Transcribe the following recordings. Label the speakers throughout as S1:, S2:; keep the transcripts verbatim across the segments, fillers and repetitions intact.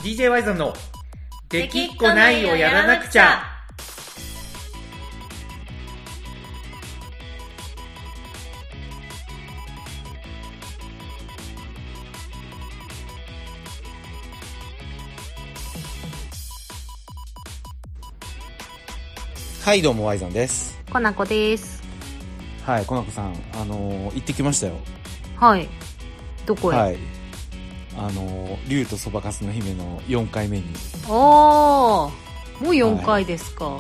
S1: ディージェー ワイゾンのできっこないをやらなくちゃ。はい、どうもワイゾンです。
S2: コナコです。
S1: はい、コナコさん、あのー、行ってきましたよ。
S2: はい。どこへ？
S1: はい。あのー、竜とそばかすの姫のよんかいめに。
S2: ああ、もうよんかいですか。はい、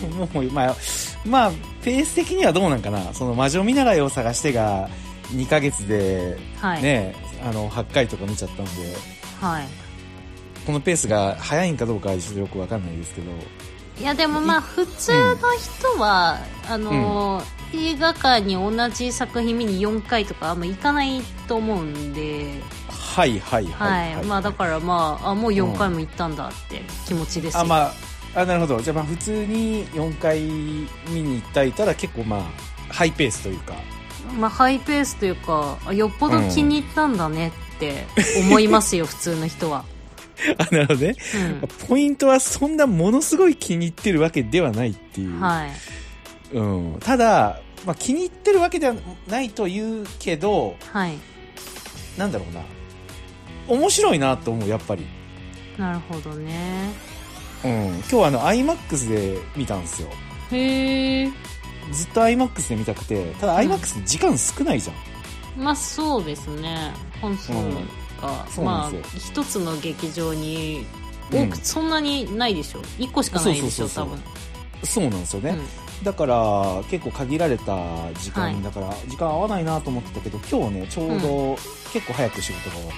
S1: もう、まあ、まあ、ペース的にはどうなんかな。その魔女見習いを探してがにかげつで、はい、ね、あの、はちかいとか見ちゃったんで、
S2: はい。こ
S1: のペースが早いんかどうかはちょっとよくわかんないですけど、
S2: いやでもまあ普通の人は、うん、あの、うん、映画館に同じ作品見によんかいとかあんま行かないと思うんで、
S1: はいはいはい、はい、
S2: はい、まあだからまあ、あもうよんかいも行ったんだって気持ちですよ、
S1: うん、あまああなるほど。じゃあまあ普通によんかい見に行ったいたら結構まあハイペースというか、
S2: まあハイペースというかよっぽど気に入ったんだねって思いますよ、うん、普通の人は。
S1: あ、なるほどね、うん、ポイントはそんなものすごい気に入ってるわけではないっていう、
S2: はい、
S1: うん、ただ、まあ、気に入ってるわけではないと言うけど、
S2: はい、
S1: なんだろうな、面白いなと思う、やっぱり。
S2: なるほどね、
S1: うん、今日はあの アイマックス で見たんですよ。
S2: へー、
S1: ずっと アイマックス で見たくて、ただ アイマックス って時間少ないじゃん、
S2: うん、まあそうですね、本数、うんまあ一つの劇場に多く、うん、そんなにないでしょ、いっこしかないでしょ、多分。
S1: そうなんですよね、うん、だから結構限られた時間、はい、だから時間合わないなと思ってたけど、今日ねちょうど、うん、結構早く仕事が終わって、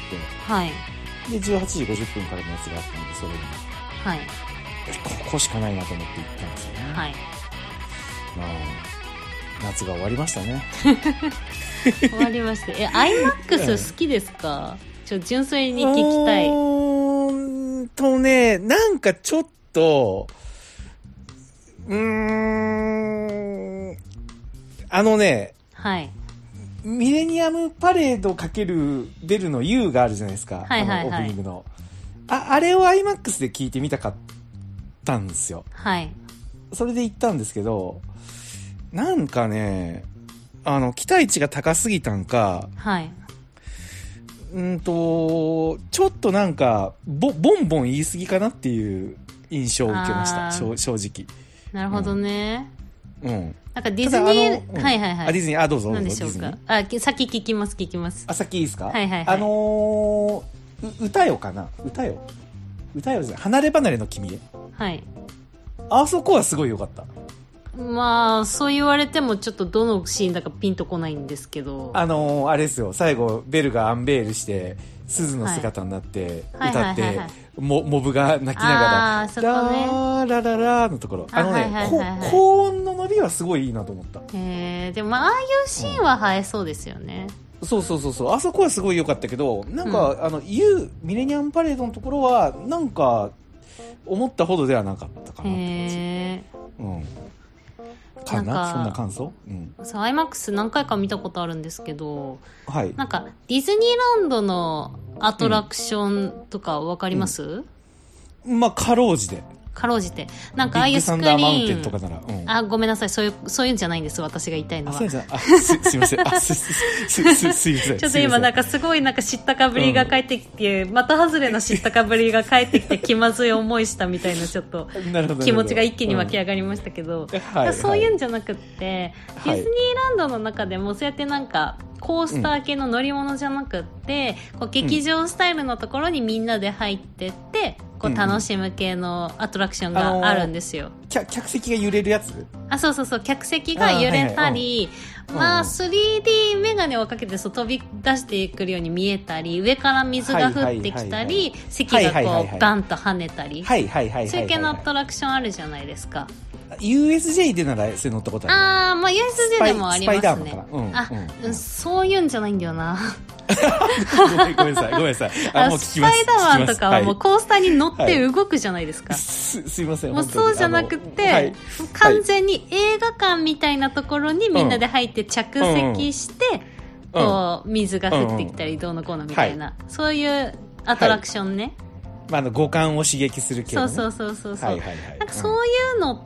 S1: はい、でじゅうはちじごじゅっぷんからのやつがあったんで、それに、はい、ここしかないなと思って行ったんですよね。はい、まあ夏が終わりましたね。
S2: 終わりました。え、アイマックス 好きですか？ちょ純粋に聞きたい。
S1: うーんとね、なんかちょっとうーんあのね、はい、ミレニアムパレード×ベルの U があるじゃないですか、はいはいはい、あのオープニングの あ, あれを アイマックス で聞いてみたかったんですよ。はい。それで行ったんですけど、なんかね、あの期待値が高すぎたんか、はい、うんとちょっとなんか ボ, ボンボン言い過ぎかなっていう印象を受けました、正直。
S2: なるほどね、
S1: うん、うん、
S2: なんかディズニー、うん、はいはいはい、
S1: あディズニー、あどうぞどうぞ。
S2: 何でしょうか。あ先聞きます聞きます。
S1: あ先いいですか。
S2: はいはいはい。
S1: あのー、歌よかな、歌よ歌よじゃない、離れ離れの君へ。はい。あそこはすごい良かった。
S2: まあそう言われてもちょっとどのシーンだかピンとこないんですけど、
S1: あのー、あれですよ、最後ベルがアンベールして鈴の姿になって歌って、モブが泣きながら、
S2: あそこね、
S1: ララララのところ、あのね、はいはいはいはい、高音の伸びはすごいいいなと思った。
S2: へえ、でもああいうシーンは映えそうですよね、
S1: うん、そうそうそうそう、あそこはすごい良かったけど、なんか、うん、あの U ミレニアムパレードのところはなんか思ったほどではなかったかなって。へー、うんかな、なんかそんな感想、うん、
S2: アイマックス 何回か見たことあるんですけど、
S1: はい、
S2: なんかディズニーランドのアトラクションとか分かります？うん
S1: うん、まあかろうじて
S2: かろうじてなんかああいうスクリーン、ビッグサンダーマウンテン
S1: とかなら、うん、
S2: あごめんなさい、そういうそういうんじゃないんです、私が言いたいのは。
S1: あそうじゃあ す, すいません、あすすすすすいません。
S2: ちょっと今なんかすごいなんか知ったかぶりが返ってきて、うん、的外れの知ったかぶりが返ってきて気まずい思いしたみたいなちょっと気持ちが一気に湧き上がりましたけど、うん、そういうんじゃなくって、はい、ディズニーランドの中でもそうやってなんかコースター系の乗り物じゃなくって、うん、こう劇場スタイルのところにみんなで入ってって、こう楽しむ系のアトラクションがあるんですよ、あの
S1: ー、客席が揺れるやつ。
S2: あ、そうそうそう、客席が揺れたり、はいはい、まあ スリーディー メガネをかけてそう飛び出してくるように見えたり、上から水が降ってきたり、席がこうバンと跳ねたり、そういう系のアトラクションあるじゃないですか。
S1: ユーエスジェー でならそれ乗ったことある。
S2: ああ、まあ ユーエスジェー でもありますね。
S1: うん、
S2: あ、うん、そういうんじゃないんだよな。
S1: ごめんなさいごめんなさい。あ、もう聞きます。
S2: スパイダーマンとかはもうコースターに乗って動くじゃないですか。
S1: はい、す, すいません。
S2: もうそうじゃなくて、はい、完全に映画館みたいなところにみんなで入って着席して、うん、こう水が降ってきたりどうのこうのみたいな、はい、そういうアトラクションね。
S1: まあ、あの五感を刺激する系の、ね、
S2: そうそうそうそう、はいはいはい、なんかそういうのって、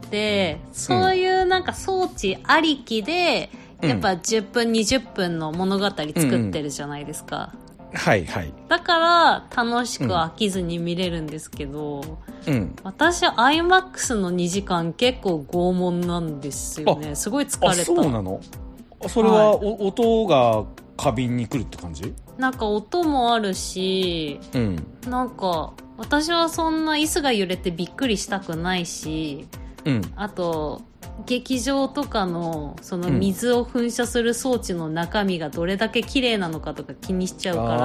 S2: うん、そういうなんか装置ありきで、うん、やっぱじゅっぷんにじゅっぷんの物語作ってるじゃないですか、
S1: うんうん、はいはい。
S2: だから楽しく飽きずに見れるんですけど、
S1: うん、
S2: 私 アイマックス のにじかん結構拷問なんですよね。すごい疲れた。
S1: あ、そうなの？それは、はい、音が過敏に来るって感じ？
S2: なんか音もあるし、
S1: うん、
S2: なんか私はそんな椅子が揺れてびっくりしたくないし、
S1: うん、
S2: あと劇場とかのその水を噴射する装置の中身がどれだけ綺麗なのかとか気にしちゃうから、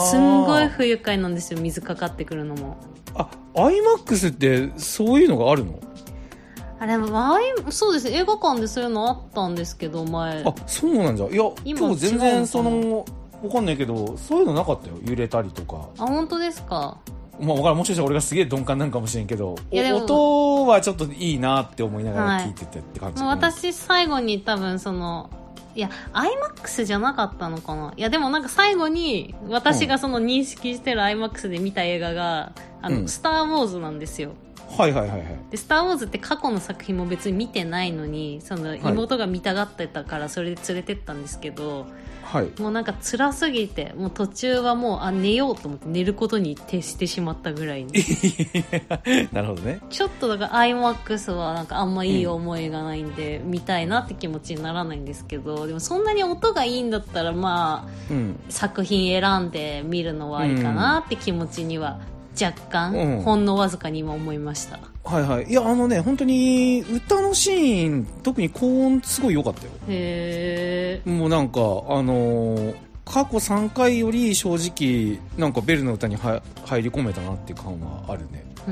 S2: すんごい不愉快なんですよ、水かかってくるのも。
S1: あ、アイマックス ってそういうのがあるの？
S2: あれ、前、そうです、映画館でそういうのあったんですけど、前。
S1: あ、そうなんじゃ。いや、今日全然そのわかんないけど、そういうのなかったよ、揺れたりとか。
S2: あ、本当ですか？
S1: まあ、わからん、もしかしたら俺がすげえ鈍感なんかもしれんけど、音はちょっといいなって思いながら聞いててって感じ、
S2: はい、もう私最後に多分そのいや アイマックス じゃなかったのかな。いやでもなんか最後に私がその認識してる アイマックス で見た映画があの、うん、スター・ウォーズなんですよ。
S1: はいはいはいはい。
S2: でスター・ウォーズって過去の作品も別に見てないのに、その妹が見たがってたからそれで連れてったんですけど、
S1: はい、
S2: もうなんか辛すぎて、もう途中はもうあ寝ようと思って寝ることに徹してしまったぐらいに
S1: なるほどね。
S2: ちょっとだから アイマックス はなんかあんまいい思いがないんで、うん、見たいなって気持ちにならないんですけど、でもそんなに音がいいんだったらまあ、うん、作品選んで見るのはありかなって気持ちには若干、うん、ほんのわずかに今思いました。
S1: はいはい。いや、あのね、本当に歌のシーン、特に高音すごい良かったよ。
S2: へー。
S1: もうなんかあのー、過去さんかいより正直なんかベルの歌には入り込めたなっていう感はあるね。
S2: うん。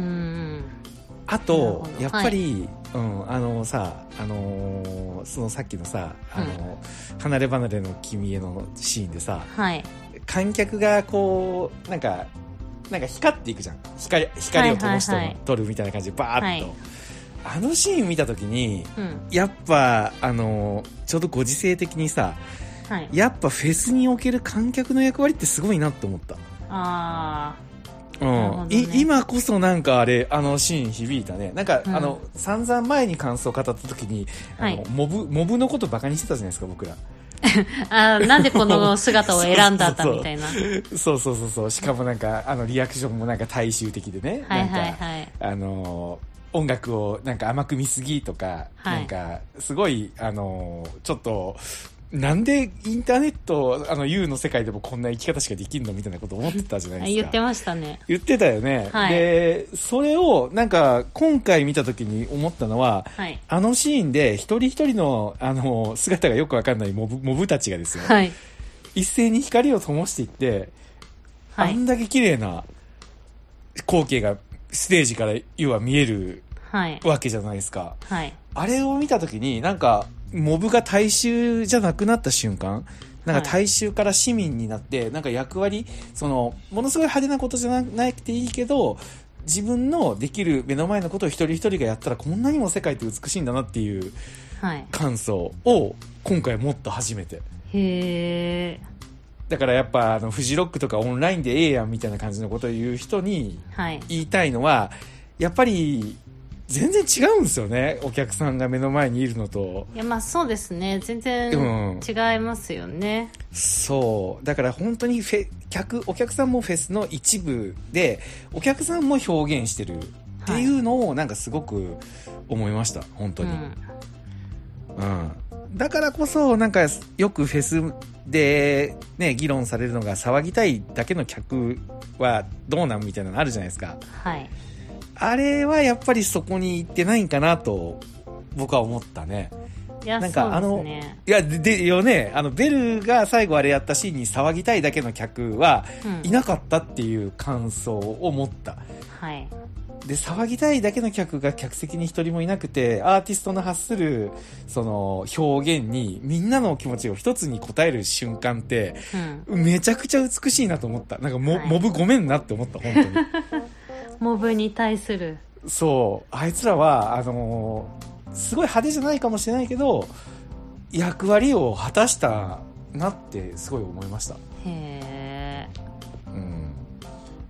S1: あとやっぱり、はい、うん、あのさ、あのー、そのさっきのさ、あのーうん、離れ離れの君へのシーンでさ、
S2: はい、
S1: 観客がこうなんかなんか光っていくじゃん。光、光を灯して、はいはい、撮るみたいな感じでバーッと、はい、あのシーン見たときに、うん、やっぱあのちょうどご時世的にさ、はい、やっぱフェスにおける観客の役割ってすごいなって思った。
S2: あ
S1: ー、うん、ね、い今こそなんかあれあのシーン響いたね。なんか、うん、あの散々前に感想を語ったときに、はい、あのモブモブのことバカにしてたじゃないですか僕ら。
S2: あ、なんでこの姿を選んだったみたいな
S1: そうそうそうそう。しかもなんかあのリアクションもなんか大衆的でね、
S2: はいはいはい、
S1: なんかあの音楽をなんか甘く見すぎとか、はい、なんかすごいあのちょっとなんでインターネットあの U の世界でもこんな生き方しかできんのみたいなこと思ってたじゃないですか。
S2: 言ってましたね。
S1: 言ってたよね、はい、でそれをなんか今回見た時に思ったのは、はい、あのシーンで一人一人のあの姿がよくわかんないモブ、モブたちがですよ、
S2: はい、
S1: 一斉に光を灯していって、はい、あんだけ綺麗な光景がステージから要は見えるわけじゃないですか、
S2: はい、
S1: あれを見た時になんかモブが大衆じゃなくなった瞬間、なんか大衆から市民になって、はい、なんか役割、そのものすごい派手なことじゃなくていいけど、自分のできる目の前のことを一人一人がやったらこんなにも世界って美しいんだなっていう感想を今回もっと初めて。
S2: へー。
S1: だからやっぱあのフジロックとかオンラインでええやんみたいな感じのことを言う人に言いたいのは、はい、やっぱり全然違うんですよね、お客さんが目の前にいるのと。
S2: いや、まあそうですね、全然違いますよね、
S1: うん、そうだから本当にフェ客お客さんもフェスの一部でお客さんも表現してるっていうのをなんかすごく思いました、本当に、うん、うん、だからこそなんかよくフェスでね議論されるのが、騒ぎたいだけの客はどうなんみたいなのあるじゃないですか。
S2: はい。
S1: あれはやっぱりそこに行ってないんかなと僕は思ったね。
S2: いや、
S1: なんかあの、
S2: そうですね。
S1: いやでよね、あのベルが最後あれやったシーンに騒ぎたいだけの客はいなかったっていう感想を持った。
S2: うん、はい。
S1: で騒ぎたいだけの客が客席に一人もいなくて、アーティストの発するその表現にみんなの気持ちを一つに応える瞬間って、うん、めちゃくちゃ美しいなと思った。なんか モ,、はい、モブごめんなって思った本当に。
S2: モブに対する、
S1: そうあいつらはあのー、すごい派手じゃないかもしれないけど役割を果たしたなってすごい思いました。
S2: へー、
S1: うん、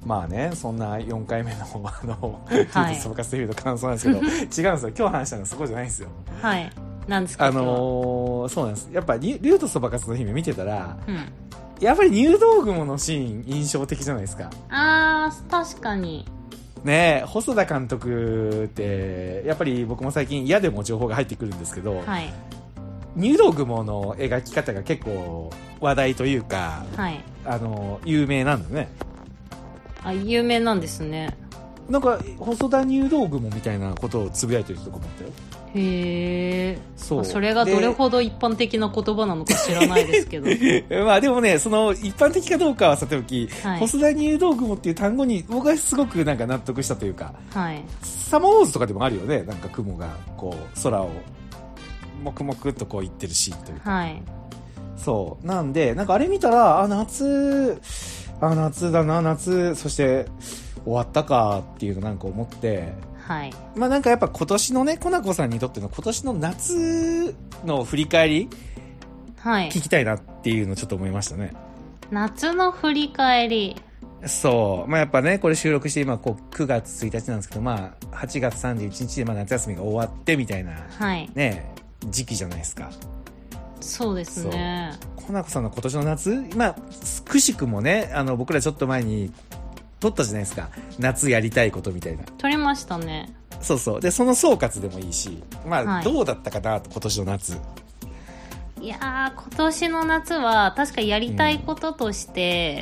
S1: まあね、そんなよんかいめのあの、はい、ルートそばかすテレビの感想なんですけど違うんですよ。今日話したのはそこじゃないんですよ。
S2: はいなんですか。
S1: あのー、そうなんです。やっぱりルートそばかすの姫見てたら、
S2: うん、
S1: やっぱり入道雲のシーン印象的じゃないですか。
S2: あー確かに
S1: ねえ、細田監督ってやっぱり僕も最近嫌でも情報が入ってくるんですけど、
S2: はい、
S1: 入道雲の描き方が結構話題というか、
S2: はい、
S1: あの有名なんだね。
S2: あ、有名なんですね。
S1: なんか細田入道雲みたいなことをつぶやいてる人とかもあったよ。
S2: へえ。そう、それがどれほど一般的な言葉なのか知らないですけど
S1: まあでもね、その一般的かどうかはさておき、はい、細田入道雲っていう単語に僕はすごくなんか納得したというか、
S2: はい、
S1: サマーウォーズとかでもあるよね。なんか雲がこう空を黙々とこう行ってるシーンというか、
S2: はい、
S1: そうなんで、なんかあれ見たら、あ、夏あ夏だな、夏、そして終わったかっていうのなんか思って、
S2: はい、
S1: まあなんかやっぱ今年のね、コナコさんにとっての今年の夏の振り返り、はい、聞きたいなっていうのをちょっと思いましたね。
S2: 夏の振り返り。
S1: そう。まあやっぱね、これ収録して今こうくがつついたちなんですけど、まあはちがつさんじゅういちにちでまあ夏休みが終わってみたいな、はい、ね、時期じゃないですか。
S2: そうですね。
S1: コナコさんの今年の夏、まあくしくもね、あの僕らちょっと前に撮ったじゃないですか。夏やりたいことみたいな。
S2: 撮りましたね。
S1: そうそう。で、その総括でもいいし、まあ、はい、どうだったかなと、今年の夏。
S2: いやー、今年の夏は確かやりたいこととして、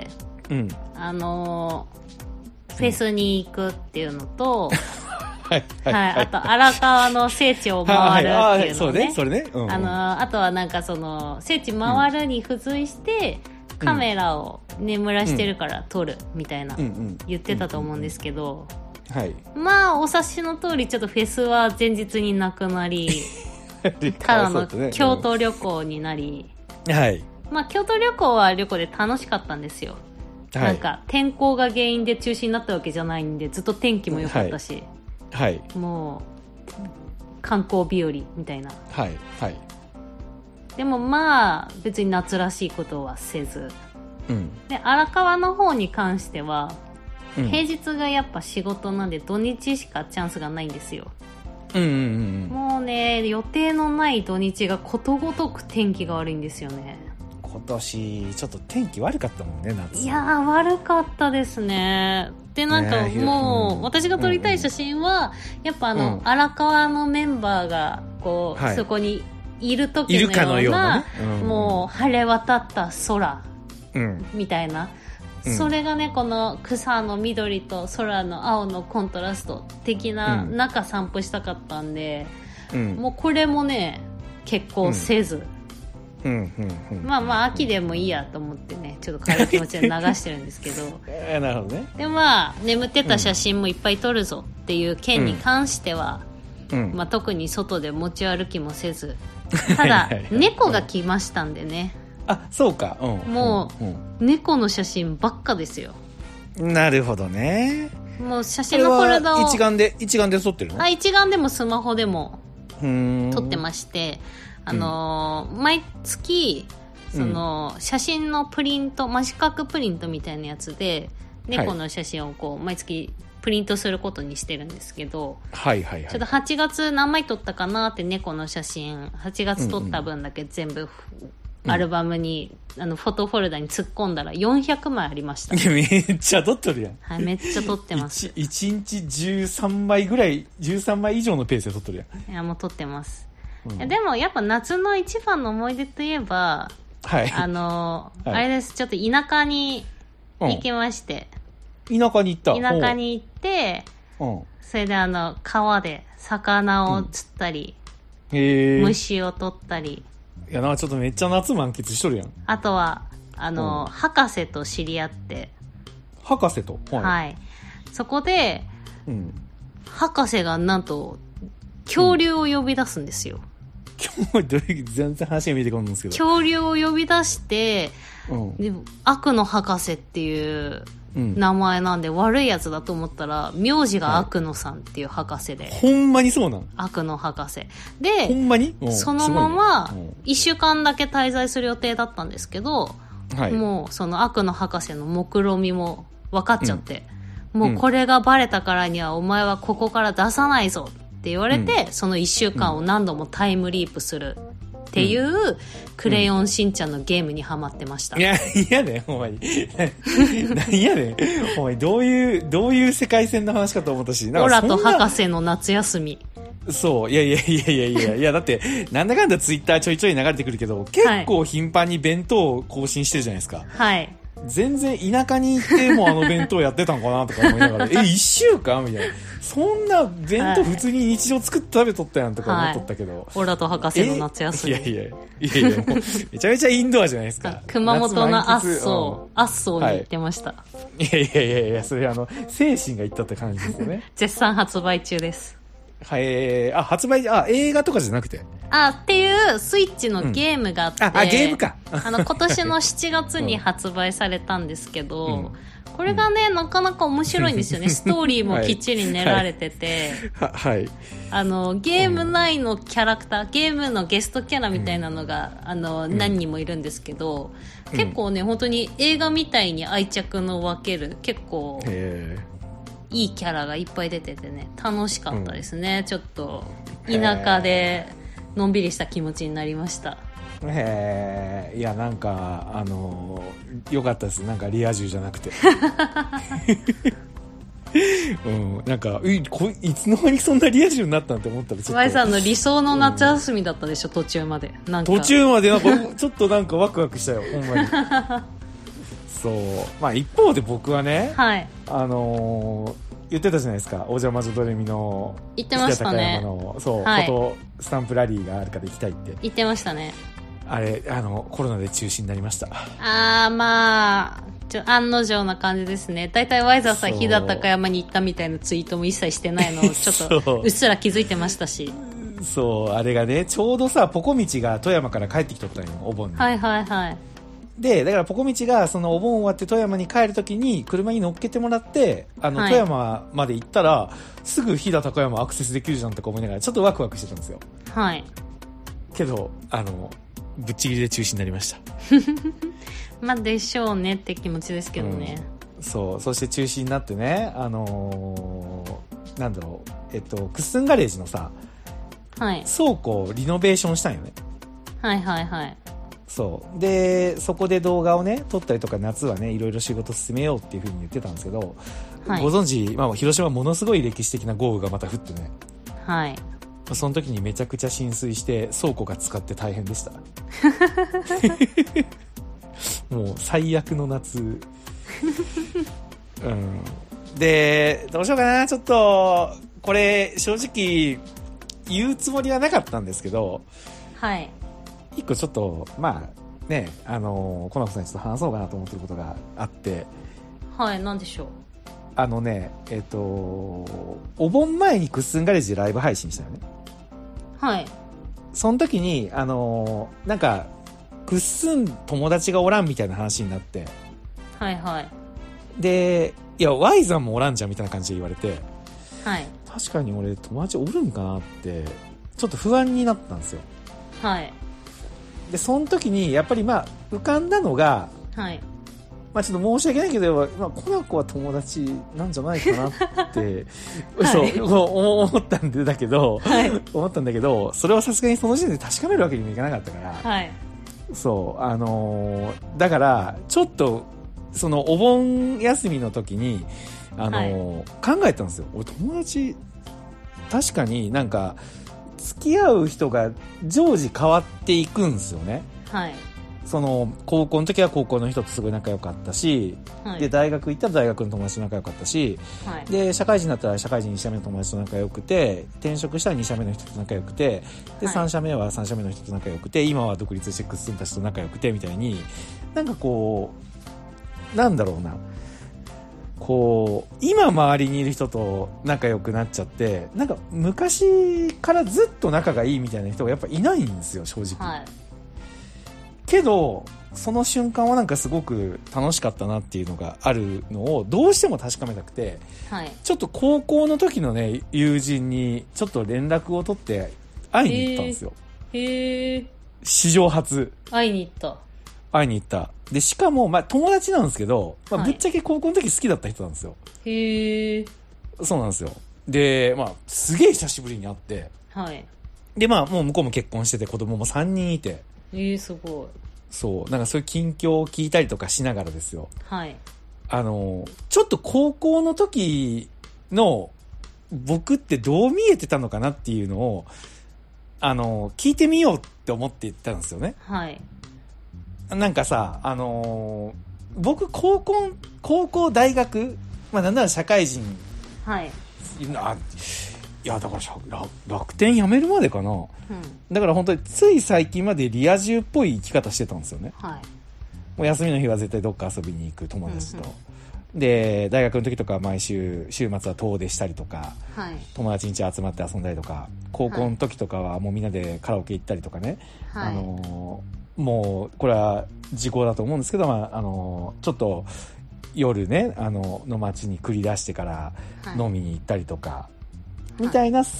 S2: うん、あのー、フェスに行くっていうのと、はい、はい、はい、あと荒川の聖地を回るっていうのね。そうね、それね。うんうん、あのー、あとはなんかその聖地回るに付随して、うん、カメラを眠らしてるから撮るみたいな言ってたと思うんですけど、はい、まあお察しの通りちょっとフェスは前日になくなりただの京都旅行になり、はい、まあ京都旅行は旅行で楽しかったんですよ、はい、なんか天候が原因で中止になったわけじゃないんでずっと天気も良かったし、はいはい、もう観光日和みたいな、はいはい、でもまあ別に夏らしいことはせず、うん、で荒川の方に関しては、うん、平日がやっぱ仕事なんで土日しかチャンスがないんですよ、うんうんうん、もうね予定のない土日がことごとく天気が悪いんですよね。
S1: 今年ちょっと天気悪かったもんね、夏。
S2: いやー悪かったですね。でなんかもう、うん、私が撮りたい写真は、うん、やっぱあの、うん、荒川のメンバーがこう、はい、そこにいる時のような、いるかのようなね、うん、もう晴れ渡った空、うん、みたいな、うん、それがねこの草の緑と空の青のコントラスト的な中散歩したかったんで、うん、もうこれもね結構せず、うんうんうんうん、まあまあ秋でもいいやと思ってねちょっと軽い気持ちで流してるんですけど
S1: えー、なるほどね。
S2: でまあ眠ってた写真もいっぱい撮るぞっていう件に関しては、うんまあ、特に外で持ち歩きもせず、ただ猫が来ましたんでね。
S1: あ、そうか、うん、
S2: もう、うん、猫の写真ばっかですよ。
S1: なるほどね。
S2: もう写真のフォルダを
S1: 一眼で一眼で撮ってるの？
S2: あ、一眼でもスマホでも撮ってまして、あのーうん、毎月その、うん、写真のプリント、真四角プリントみたいなやつで猫の写真をこう毎月プリントすることにしてるんですけど、はいはいはい、ちょっとはちがつ何枚撮ったかなって猫の写真はちがつ撮った分だけ全部、うんうん、アルバムに、うん、あのフォトフォルダに突っ込んだらよんひゃくまいありました。
S1: めっちゃ撮っとるやん。
S2: はい、めっちゃ撮ってます。
S1: いち, いちにちじゅうさんまいぐらい、じゅうさんまい以上のペースで撮っとるやん。
S2: いやもう撮ってます、うん、でもやっぱ夏の一番の思い出といえば、はい、あの、はい、あれです、ちょっと田舎に行きまして、
S1: うん、田舎に行った。
S2: 田舎に行って、うん、それであの川で魚を釣ったり、うん、へ虫を取ったり、
S1: いやな、ちょっとめっちゃ夏満喫しとるやん。
S2: あとはあの、うん、博士と知り合って。
S1: 博士と、
S2: はい、はい、そこで、うん、博士がなんと恐竜を呼び出すんですよ、
S1: うん、全然話が見えてこないんですけど、
S2: 恐竜を呼び出して、うん、で悪の博士っていう名前なんで、うん、悪いやつだと思ったら名字が悪野さんっていう博士で、はい、
S1: ほんまにそうなん？
S2: 悪野博士で、
S1: ほんまに
S2: そのままいっしゅうかんだけ滞在する予定だったんですけど、はい、もうその悪野博士の目論見みも分かっちゃって、 もうこれがバレたからにはお前はここから出さないぞって言われて、うん、そのいっしゅうかんを何度もタイムリープするっていう、うん、クレヨンしんちゃんのゲームにハマってました。
S1: いや、いやね、お前。何やねん。お前、どういう、どういう世界線の話かと思ったし。
S2: オラと博士の夏休み。
S1: そう。いやいやいやいやいやいや、だって、なんだかんだツイッターちょいちょい流れてくるけど、結構頻繁に弁当を更新してるじゃないですか。
S2: はい。
S1: 全然田舎に行ってもあの弁当やってたんかなとか思いながら、え、一週間みたいな。そんな弁当普通に日常作って食べとったやんとか思っとったけど。はい、
S2: オラと博士の夏休み。
S1: いやいや、いやいや、もうめちゃめちゃインドアじゃないですか。
S2: 熊本のアッソー、アッソーに行ってました。は
S1: い、いやいやいやいや、それあの、精神がいったって感じですよね。
S2: 絶賛発売中です。
S1: はい、あ、発売、あ、映画とかじゃなくて。
S2: あ、っていうスイッチのゲームがあって、うん、
S1: あ、あ、ゲームか。
S2: あの、今年のしちがつに発売されたんですけど、うん、これがね、なかなか面白いんですよね。ストーリーもきっちり練られてて、
S1: はい。はい、
S2: あの、ゲーム内のキャラクター、ゲームのゲストキャラみたいなのが、うん、あの、何人もいるんですけど、うん、結構ね、本当に映画みたいに愛着の分ける、結構、いいキャラがいっぱい出ててね、楽しかったですね。うん、ちょっと、田舎で、のんびりした気持ちになりました。
S1: へえ、いや、なんか、あのー、よかったです。なんかリア充じゃなくて。うん、なんか、い、こいつの間にそんなリア充になったんって思ったらちょっと。
S2: ワイさんの理想の夏休みだったでしょ、うん、途中まで。なんか。
S1: 途中までなんか、ちょっとなんかワクワクしたよ、ほんまに。そう。まあ一方で僕はね、
S2: はい。
S1: あのー、言ってたじゃないですか、お邪魔女ドレミの
S2: 言ってましたね。
S1: のそう、
S2: はい、
S1: フォトスタンプラリーがあるから行きたいって
S2: 言ってましたね。
S1: あれ、あのコロナで中止になりました。
S2: あー、まあちょ案の定な感じですね。だいたいワイザーさん飛騨高山に行ったみたいなツイートも一切してないのをちょっとうっすら気づいてましたし。
S1: そう、あれがね、ちょうどさ、ポコミチが富山から帰ってきとったんよ、お盆に。
S2: はいはいはい。
S1: で、だからポコミチがそのお盆終わって富山に帰るときに車に乗っけてもらって、あの、はい、富山まで行ったらすぐ飛騨高山アクセスできるじゃんとか思いながらちょっとワクワクしてたんですよ。
S2: はい。
S1: けど、あの、ぶっちぎりで中止になりました。
S2: まあでしょうねって気持ちですけどね。
S1: うん、そう、そして中止になってね、あのー、なんだろう、えっと、クッスンガレージのさ、
S2: はい。
S1: 倉庫をリノベーションしたんよね。
S2: はいはいはい。
S1: そうで、そこで動画をね撮ったりとか、夏はねいろいろ仕事進めようっていう風に言ってたんですけど、はい、ご存知、まあ、広島ものすごい歴史的な豪雨がまた降ってね、
S2: はい、
S1: その時にめちゃくちゃ浸水して倉庫が使って大変でした。もう最悪の夏。うん、で、どうしようかな、ちょっとこれ正直言うつもりはなかったんですけど、
S2: はい、
S1: 一個ちょっと、まあね、あのー、コナコさんにちょっと話そうかなと思ってることがあって。
S2: はい、なんでしょう。
S1: あのね、えっと、お盆前にクッスンガレージでライブ配信したよね。
S2: はい。
S1: その時に、あのー、なんか、クッスン友達がおらんみたいな話になって。
S2: はいはい。
S1: で、いや、ワイザンもおらんじゃんみたいな感じで言われて。
S2: はい。
S1: 確かに俺友達おるんかなって、ちょっと不安になったんですよ。
S2: はい。
S1: で、その時に、やっぱりまあ、浮かんだのが、
S2: はい。
S1: まあちょっと申し訳ないけど、まあ、コナコは友達なんじゃないかなって、はい、そう、思ったんでだけど、はい、思ったんだけど、それはさすがにその時点で確かめるわけにもいかなかったから、
S2: はい。
S1: そう、あのー、だから、ちょっと、そのお盆休みの時に、あのーはい、考えたんですよ。俺友達、確かになんか、付き合う人が常時変わっていくんですよね。
S2: はい。
S1: その高校の時は高校の人とすごい仲良かったし、はい、で大学行ったら大学の友達と仲良かったし、はい、で社会人になったら社会人に社目の友達と仲良くて、転職したらに社目の人と仲良くて、で、はい、さん社目はさん社目の人と仲良くて、今は独立してクッスンたちと仲良くてみたいに、なんかこうなんだろうな、こう今周りにいる人と仲良くなっちゃって、なんか昔からずっと仲がいいみたいな人がやっぱいないんですよ、正直。はい、けどその瞬間はなんかすごく楽しかったなっていうのがあるのをどうしても確かめたくて、
S2: はい、
S1: ちょっと高校の時のね友人にちょっと連絡を取って会いに行ったんですよ。
S2: へー。
S1: 史上初
S2: 会いに行った。
S1: 会いに行った。で、しかも、まあ、友達なんですけど、まあ、ぶっちゃけ高校の時好きだった人なんですよ。
S2: はい、へえ。
S1: そうなんですよ。で、まあ、すげえ久しぶりに会って、
S2: はい。
S1: で、まあ、もう向こうも結婚してて、子供もさんにんいて。
S2: ええ、すごい。
S1: そう、なんかそういう近況を聞いたりとかしながらですよ。
S2: はい。
S1: あの、ちょっと高校の時の僕ってどう見えてたのかなっていうのを、あの、聞いてみようって思って言ったんですよね。
S2: はい。
S1: なんかさ、あのー、僕、高校、高校、大学、まあ、なんなら社会人。
S2: はい。
S1: あ、いや、だから楽、楽天辞めるまでかな。うん。だから本当に、つい最近までリア充っぽい生き方してたんですよね。
S2: はい。
S1: もう休みの日は絶対どっか遊びに行く友達と。うんうん、で、大学の時とか毎週、週末は遠出したりとか、はい、友達ん家集まって遊んだりとか、高校の時とかはもうみんなでカラオケ行ったりとかね。はい、あのー、もう、これは時効だと思うんですけど、まあ、あの、ちょっと、夜ね、あの、の街に繰り出してから飲みに行ったりとか、はい、みたいな、はい、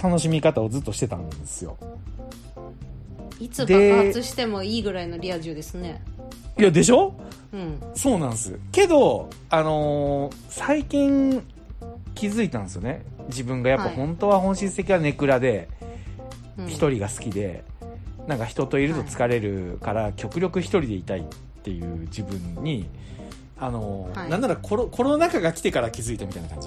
S1: 楽しみ方をずっとしてたんですよ。
S2: いつ爆発してもいいぐらいのリア充ですね。
S1: いや、でしょ？
S2: うん。
S1: そうなんです。けど、あのー、最近気づいたんですよね。自分がやっぱ本当は本質的はネクラで、一、はい、人が好きで、なんか人といると疲れるから極力一人でいたいっていう自分に、あの、はい、なんならコロ、コロナ禍が来てから気づいたみたいな感じ。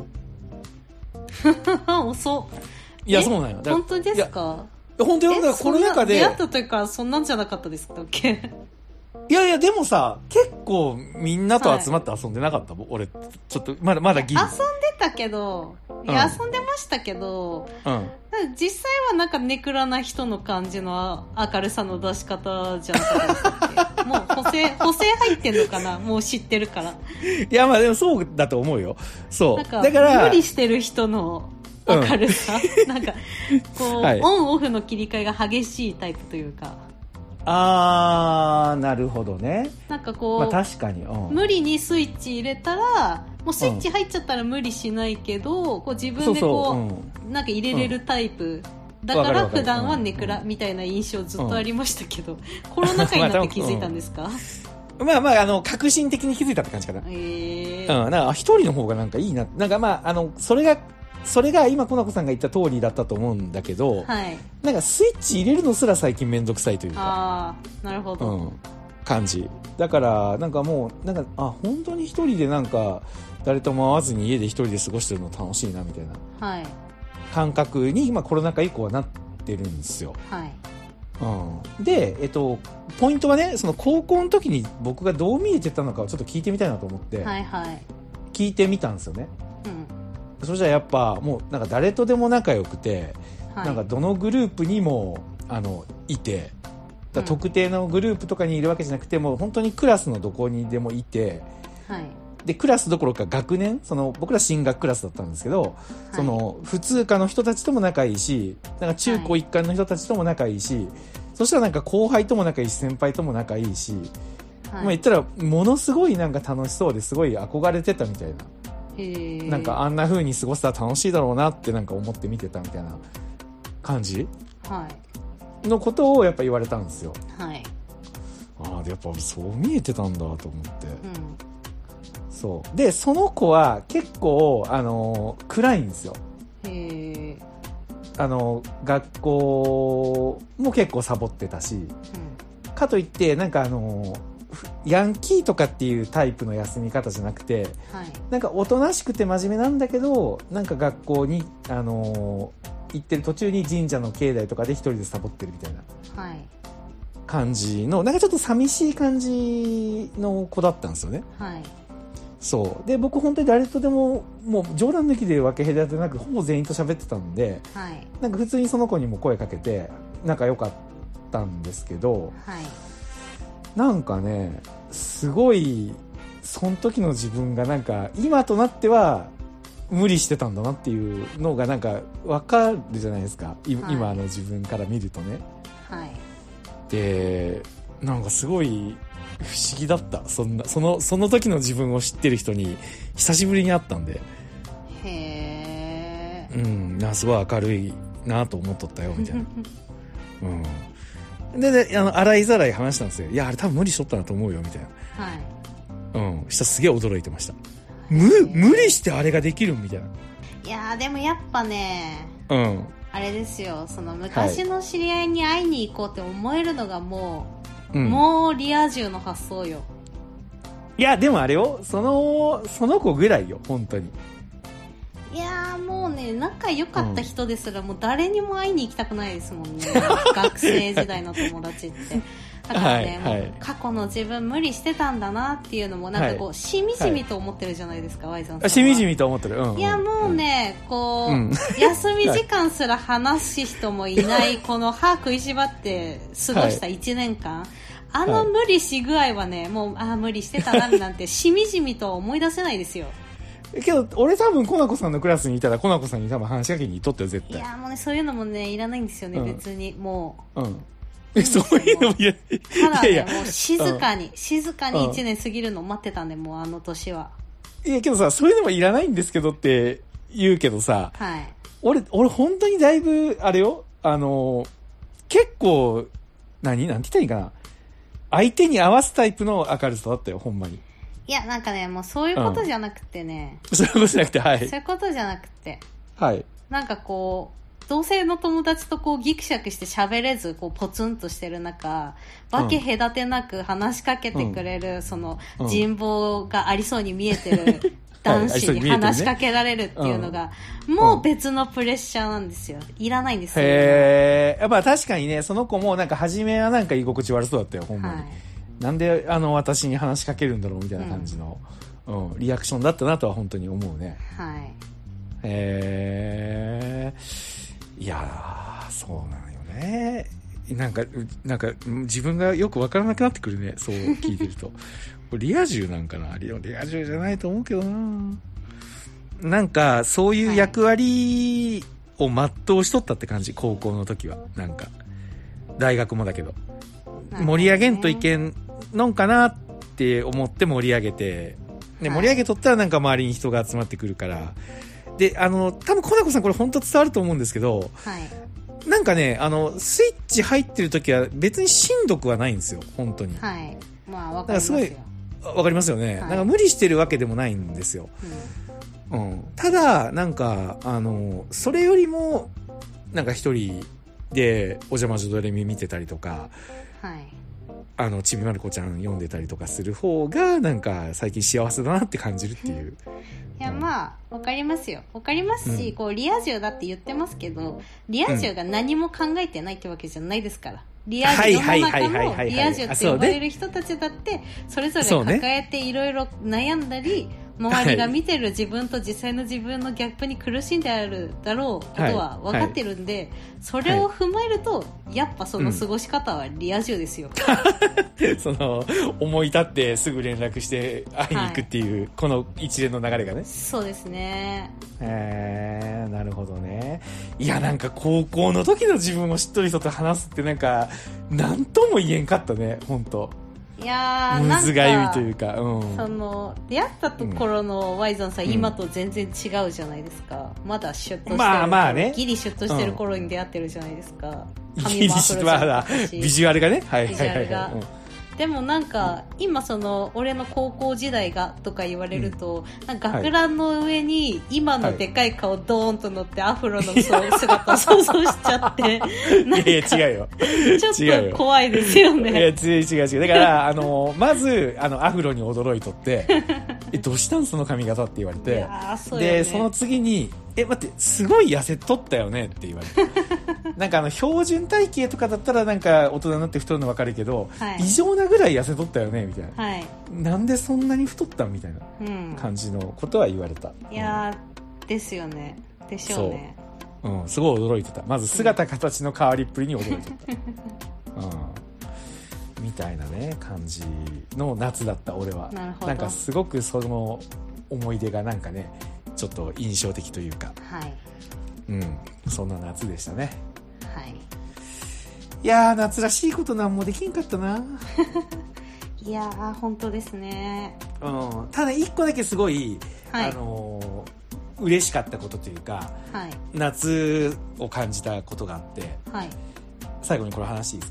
S2: 遅っ。
S1: いや、そうなんよ。
S2: 本当ですか？
S1: 本当よ。だからコロナ禍で。
S2: 出会った時からそんなんじゃなかったですっけ？
S1: いやいや、でもさ、結構みんなと集まって遊んでなかった、はい、俺、ちょっと、まだ、まだギリ。
S2: 遊んでたけど、いや、うん、遊んでましたけど、うん、実際はなんかネクラな人の感じの明るさの出し方じゃなかったですっけ？もう補正、補正入ってんのかな？もう知ってるから。
S1: いや、まあでもそうだと思うよ。そう。
S2: なんか、だから無理してる人の明るさ、うん、なんか、こう、はい、オンオフの切り替えが激しいタイプというか。
S1: あー、なるほどね。
S2: なんかこう、
S1: まあ、確かに、うん、
S2: 無理にスイッチ入れたら、もうスイッチ入っちゃったら無理しないけど、うん、こう自分でこう、そうそう、うん、なんか入れれるタイプ。だから普段はネクラみたいな印象ずっとありましたけど、うん、コロナ禍になって気づいたんですか？
S1: まあまあ、あの、革新的に気づいたって感じかな。
S2: へー。
S1: うん、なんか一人の方がなんかいいな。なんかまあ、あの、それが、それが今、コナコさんが言った通りだったと思うんだけど、はい、なんかスイッチ入れるのすら最近めんどくさいというか。
S2: ああ、なるほど。
S1: うん。感じ。だから、なんかもう、なんか、あ、本当に一人でなんか、誰とも会わずに家で一人で過ごしてるの楽しいな、みたいな。はい。感覚に今コロナ禍以降はなってるんですよ。はい。うん。で、えっと、ポイントはね、その高校の時に僕がどう見えてたのかをちょっと聞いてみたいなと思って、はいはい。聞いてみたんですよね。うん。そしたらやっぱもうなんか誰とでも仲良くて、はい、なんかどのグループにもあのいて、だ特定のグループとかにいるわけじゃなくて、もう本当にクラスのどこにでもいて、はい、でクラスどころか学年、その僕ら進学クラスだったんですけど、はい、その普通科の人たちとも仲いいし、なんか中高一貫の人たちとも仲いいし、はい、そしたらなんか後輩とも仲いいし先輩とも仲いいし、はい、まあ言ったらものすごいなんか楽しそうですごい憧れてたみたいな。なんかあんな風に過ごせたら楽しいだろうなってなんか思って見てたみたいな感じ、はい、のことをやっぱ言われたんですよ。はい、ああ、やっぱそう見えてたんだと思って、うん、そうでその子は結構あの暗いんですよ。へあの学校も結構サボってたし、うん、かといってなんかあのヤンキーとかっていうタイプの休み方じゃなくて、はい、なんかおとなしくて真面目なんだけど、なんか学校に、あのー、行ってる途中に神社の境内とかで一人でサボってるみたいな感じの、なんかちょっと寂しい感じの子だったんですよね。はい、そうで僕本当に誰とでももう冗談抜きで分け隔てなくほぼ全員と喋ってたんで、はい、なんか普通にその子にも声かけて仲良かったんですけど、はい、なんかねすごいその時の自分がなんか今となっては無理してたんだなっていうのがなんか分かるじゃないですか、はい、今の自分から見るとね、はい、でなんかすごい不思議だった。そんなそのその時の自分を知ってる人に久しぶりに会ったんで、へー、うん、なすごい明るいなと思っとったよみたいな、うん、 で、で、あの、洗いざらい話したんですよ。いや、あれ多分無理しとったなと思うよ、みたいな。はい。うん。したらすげえ驚いてました。無、無理してあれができるみたいな。
S2: いやー、でもやっぱね、
S1: うん。
S2: あれですよ、その昔の知り合いに会いに行こうって思えるのがもう、はい、もうリア充の発想よ。
S1: いや、でもあれよ、その、その子ぐらいよ、本当に。
S2: いやーもうね、仲良かった人ですらもう誰にも会いに行きたくないですもんね。学生時代の友達って。だからね、はいはい、もう過去の自分無理してたんだなっていうのもなんかこう、はい、しみじみと思ってるじゃないですか、はい、ワイザンさんは。
S1: しみじみと思ってる。うんうん、
S2: いやもうね、うん、こう、うん、休み時間すら話す人もいない、この歯食いしばって過ごしたいちねんかん。はい、あの無理し具合はね、もう、ああ無理してたななんてしみじみと思い出せないですよ。
S1: けど俺多分コナコさんのクラスにいたらコナコさんに多分話しかけにとってよ絶対。
S2: いやもうね、そういうのもねいらないんですよね、うん、別にもう、うん、
S1: えそういうのもいや
S2: ただね、いやいやもう静かに、うん、静かにいちねん過ぎるのを待ってたんで、もうあの年は。
S1: いやけどさ、そういうのもいらないんですけどって言うけどさ、はい、俺俺本当にだいぶあれよ、あの結構何なんて言ったらいいかな、相手に合わすタイプの明るさだったよ、ほんまに。
S2: いや、なんかね、もうそういうことじゃなくてね。
S1: うん、そういうことじゃなくて、はい。
S2: そういうことじゃなくて。
S1: はい。
S2: なんかこう、同性の友達とこうギクシャクして喋れず、こうポツンとしてる中、分け隔てなく話しかけてくれる、うん、その人望がありそうに見えてる男子に話しかけられるっていうのが、もう別のプレッシャーなんですよ。いらないんですよ。
S1: へー。やっぱ確かにね、その子もなんか初めはなんか居心地悪そうだったよ、ほんまに。はい、なんであの私に話しかけるんだろうみたいな感じの、うんうん、リアクションだったなとは本当に思うね。はい。へー。いやー、そうなのよね。なんかなんか自分がよく分からなくなってくるね、そう聞いてると。リア充なんかな、リア充じゃないと思うけどな。なんかそういう役割を全うしとったって感じ、高校の時は。なんか大学もだけど、盛り上げんといけんのんかなって思って盛り上げて、で盛り上げとったらなんか周りに人が集まってくるから、であの多分コナコさんこれ本当伝わると思うんですけど、はい、なんかね、あのスイッチ入ってる時は別にしんどくはないんですよ、本当に。はい。まあわかりますよ。だからすごいわかりますよね。はい、なんか無理してるわけでもないんですよ。うん。うん、ただなんかあのそれよりもなんか一人でお邪魔女ドレミ見てたりとか。はい。あのちびまる子ちゃん読んでたりとかする方がなんか最近幸せだなって感じるっていう。
S2: いや、まあわかりますよ、わかりますし、うん、こうリア充だって言ってますけど、リア充が何も考えてないってわけじゃないですから、うん、リア充世の中のリア充って呼ばれる人たちだってそれぞれ抱えていろいろ悩んだり、周りが見てる自分と実際の自分のギャップに苦しんであるだろうことは分かってるんで、はいはい、それを踏まえると、はい、やっぱその過ごし方はリア充ですよ、
S1: うん、その思い立ってすぐ連絡して会いに行くっていう、はい、この一連の流れがね。
S2: そうですね。
S1: へー、なるほどね。いや、なんか高校の時の自分を知っとる人と話すってなんか何とも言えんかったね、本当。
S2: いや
S1: ー、なんかむずがゆいというか、うん、
S2: その出会ったところのワイザンさん、うん、今と全然違うじゃないですか。まだシュッとしてる、まあまあね、ギリシュッとしてる頃に出会ってるじゃないですか、
S1: うん、髪もアフロじゃなかったし、ビジュアルがね、はいはいはい、はい、ビジュアルが、うん、で
S2: もなんか今その俺の高校時代がとか言われると、うん、なんか学ランの上に今のでかい顔ドーンと乗ってアフロの姿を想像しちゃってなんか
S1: いやいや違うよ、
S2: ちょっと怖いですよね。
S1: いや違う違う違う、だからあのまずあのアフロに驚いとってえどうしたんその髪型って言われて、いやそうよね、でその次にえ待ってすごい痩せとったよねって言われてなんかあの標準体型とかだったらなんか大人になって太るの分かるけど、はい、異常なぐらい痩せとったよねみたいな、はい、なんでそんなに太ったみたいな感じのことは言われた、
S2: うん、いやーですよね、でしょうね。
S1: そう、うん、すごい驚いてた。まず姿形の変わりっぷりに驚いてた、うん、みたいなね感じの夏だった俺は。なるほど。なんかすごくその思い出がなんかねちょっと印象的というか、はい、うん、そんな夏でしたね。はい。いやー夏らしいことなんもできんかったな。
S2: いやー本当ですね。
S1: うん。ただ一個だけすごい、はい、あのー、嬉しかったことというか、はい、夏を感じたことがあって、はい、最後にこれ話していいですか？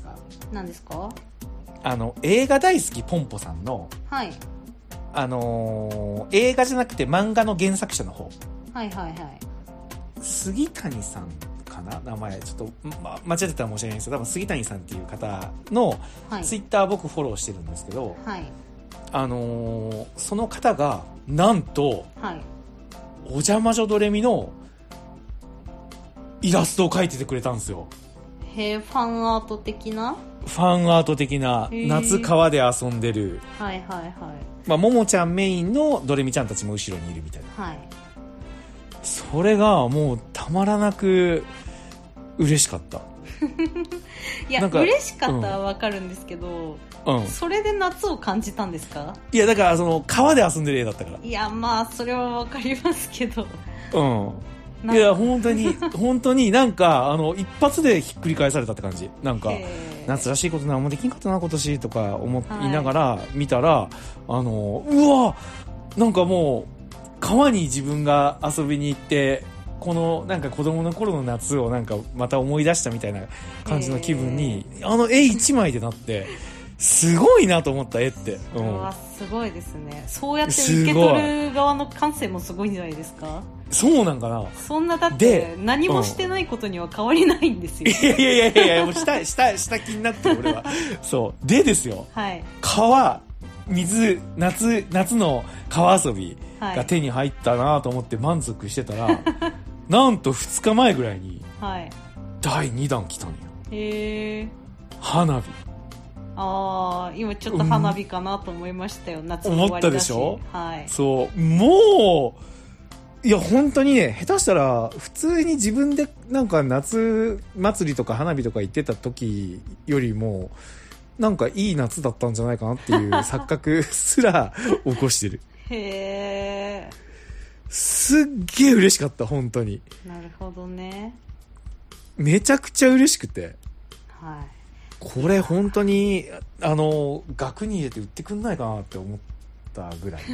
S2: 何ですか？
S1: あの映画大好きポンポさんの、
S2: はい、
S1: あのー、映画じゃなくて漫画の原作者の方、
S2: はいはいはい、
S1: 杉谷さんかな、名前ちょっと、ま、間違ってたら申し訳ないんですけど、多分杉谷さんっていう方のツイッター僕フォローしてるんですけど、はい、あのー、その方がなんと、はい、お邪魔女ドレミのイラストを描いててくれたんですよ。
S2: へー、ファンアート的な
S1: ファンアート的な、夏川で遊んでる、
S2: はいはいはい、
S1: まあ、ももちゃんメインのドレミちゃんたちも後ろにいるみたいな、はい、それがもうたまらなく嬉しかった
S2: いや嬉しかったは分かるんですけど、うん、それで夏を感じたんですか？
S1: いやだからその川で遊んでる絵だったから。
S2: いやまあそれは分かりますけど、
S1: うん、いや本当に本当になんかあの一発でひっくり返されたって感じ。なんか夏らしいこと何もできんかったな今年とか思いながら見たら、はい、あのうわなんかもう川に自分が遊びに行ってこのなんか子供の頃の夏をなんかまた思い出したみたいな感じの気分にあの絵一枚でなってすごいなと思った絵って、
S2: それはすごいですね。そうやって受け取る側の感性もすごいんじゃないですか？
S1: そうなんかな。
S2: そんなだって何もしてないことには変わりないんですよ、
S1: うん、いやいやいやいやもう下下下気になって俺はそうでですよ、はい、川水夏夏の川遊びが手に入ったなと思って満足してたら、はい、なんとふつかまえぐらいにだいにだん来たんよ。へー、花火。
S2: あー、今ちょっと花火かなと思いましたよ、うん、夏の終わりだし。
S1: 思ったでしょ、はい、そうもういや本当にね下手したら普通に自分でなんか夏祭りとか花火とか行ってた時よりもなんかいい夏だったんじゃないかなっていう錯覚すら起こしてる。へー、すっげえ嬉しかった本当に。
S2: なるほどね。
S1: めちゃくちゃ嬉しくて、
S2: はい、
S1: これ本当にあの額に入れて売ってくんないかなって思ったぐらい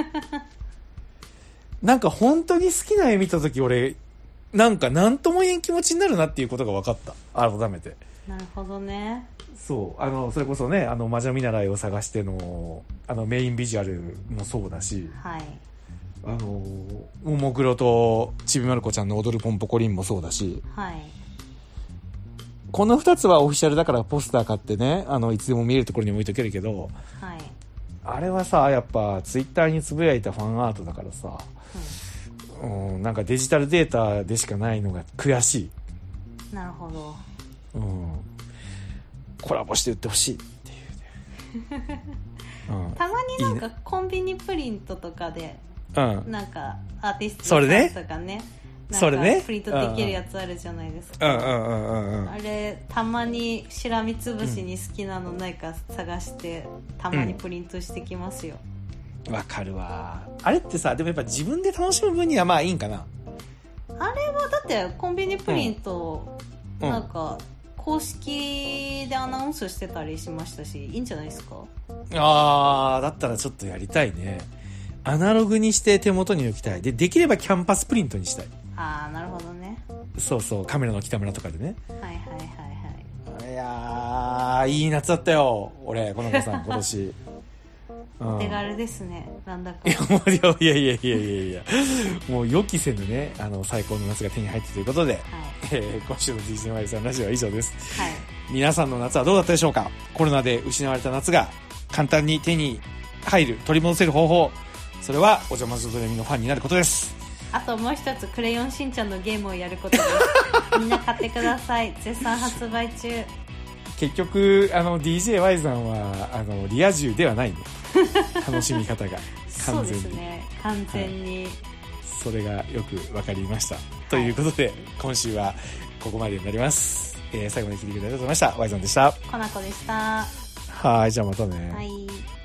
S1: なんか本当に好きな絵見た時俺なんか何とも言えん気持ちになるなっていうことが分かった、改めて。
S2: なるほどね。
S1: そうあのそれこそねあの魔女見習いを探してのあのメインビジュアルもそうだし、はい、あのももクロとちびまる子ちゃんの踊るポンポコリンもそうだし、はい、このふたつはオフィシャルだからポスター買ってねあのいつでも見えるところに置いとけるけど、はい、あれはさやっぱツイッターにつぶやいたファンアートだからさ、うんうん、なんかデジタルデータでしかないのが悔し
S2: い。なるほど、
S1: うん、コラボして売ってほしいっていうね、
S2: うん、たまになんかコンビニプリントとかで、うん、なんかアーティストさんとかねなんかプリントできるやつあるじゃないですか、あれたまにしらみつぶしに好きなのないか探してたまにプリントしてきますよ。
S1: わ、うん、かるわ。あれってさでもやっぱ自分で楽しむ分にはまあいいんかな。
S2: あれはだってコンビニプリント、うん、なんか公式でアナウンスしてたりしましたしいいんじゃないですか。
S1: あーだったらちょっとやりたいね。アナログにして手元に置きたい。でできればキャンパスプリントにしたい。
S2: ああなるほどね。
S1: そうそうカメラの北村とかでね。
S2: はいはいはいはい。
S1: いやーいい夏だったよ俺この子さん今年
S2: うん、手軽ですねなんだか。
S1: いやもういやいやいやいやいやもう予期せぬねあの最高の夏が手に入ったということで、はいえー、今週の ディージェーワイルドさんラジオは以上です、はい、皆さんの夏はどうだったでしょうか。コロナで失われた夏が簡単に手に入る取り戻せる方法、それはお邪魔女ドレミのファンになることです。
S2: あともう一つクレヨンしんちゃんのゲームをやることですみんな買ってください絶賛発売中。
S1: 結局あの ディージェーワイ さんはあのリア充ではないね楽しみ方が完全にそうですね
S2: 完全に、はい、
S1: それがよく分かりました、はい、ということで今週はここまでになります、えー、最後まで聞いてくれてありがとうございました。ワイゾンでした。
S2: コナコでした。
S1: はいじゃあまたね。
S2: はい。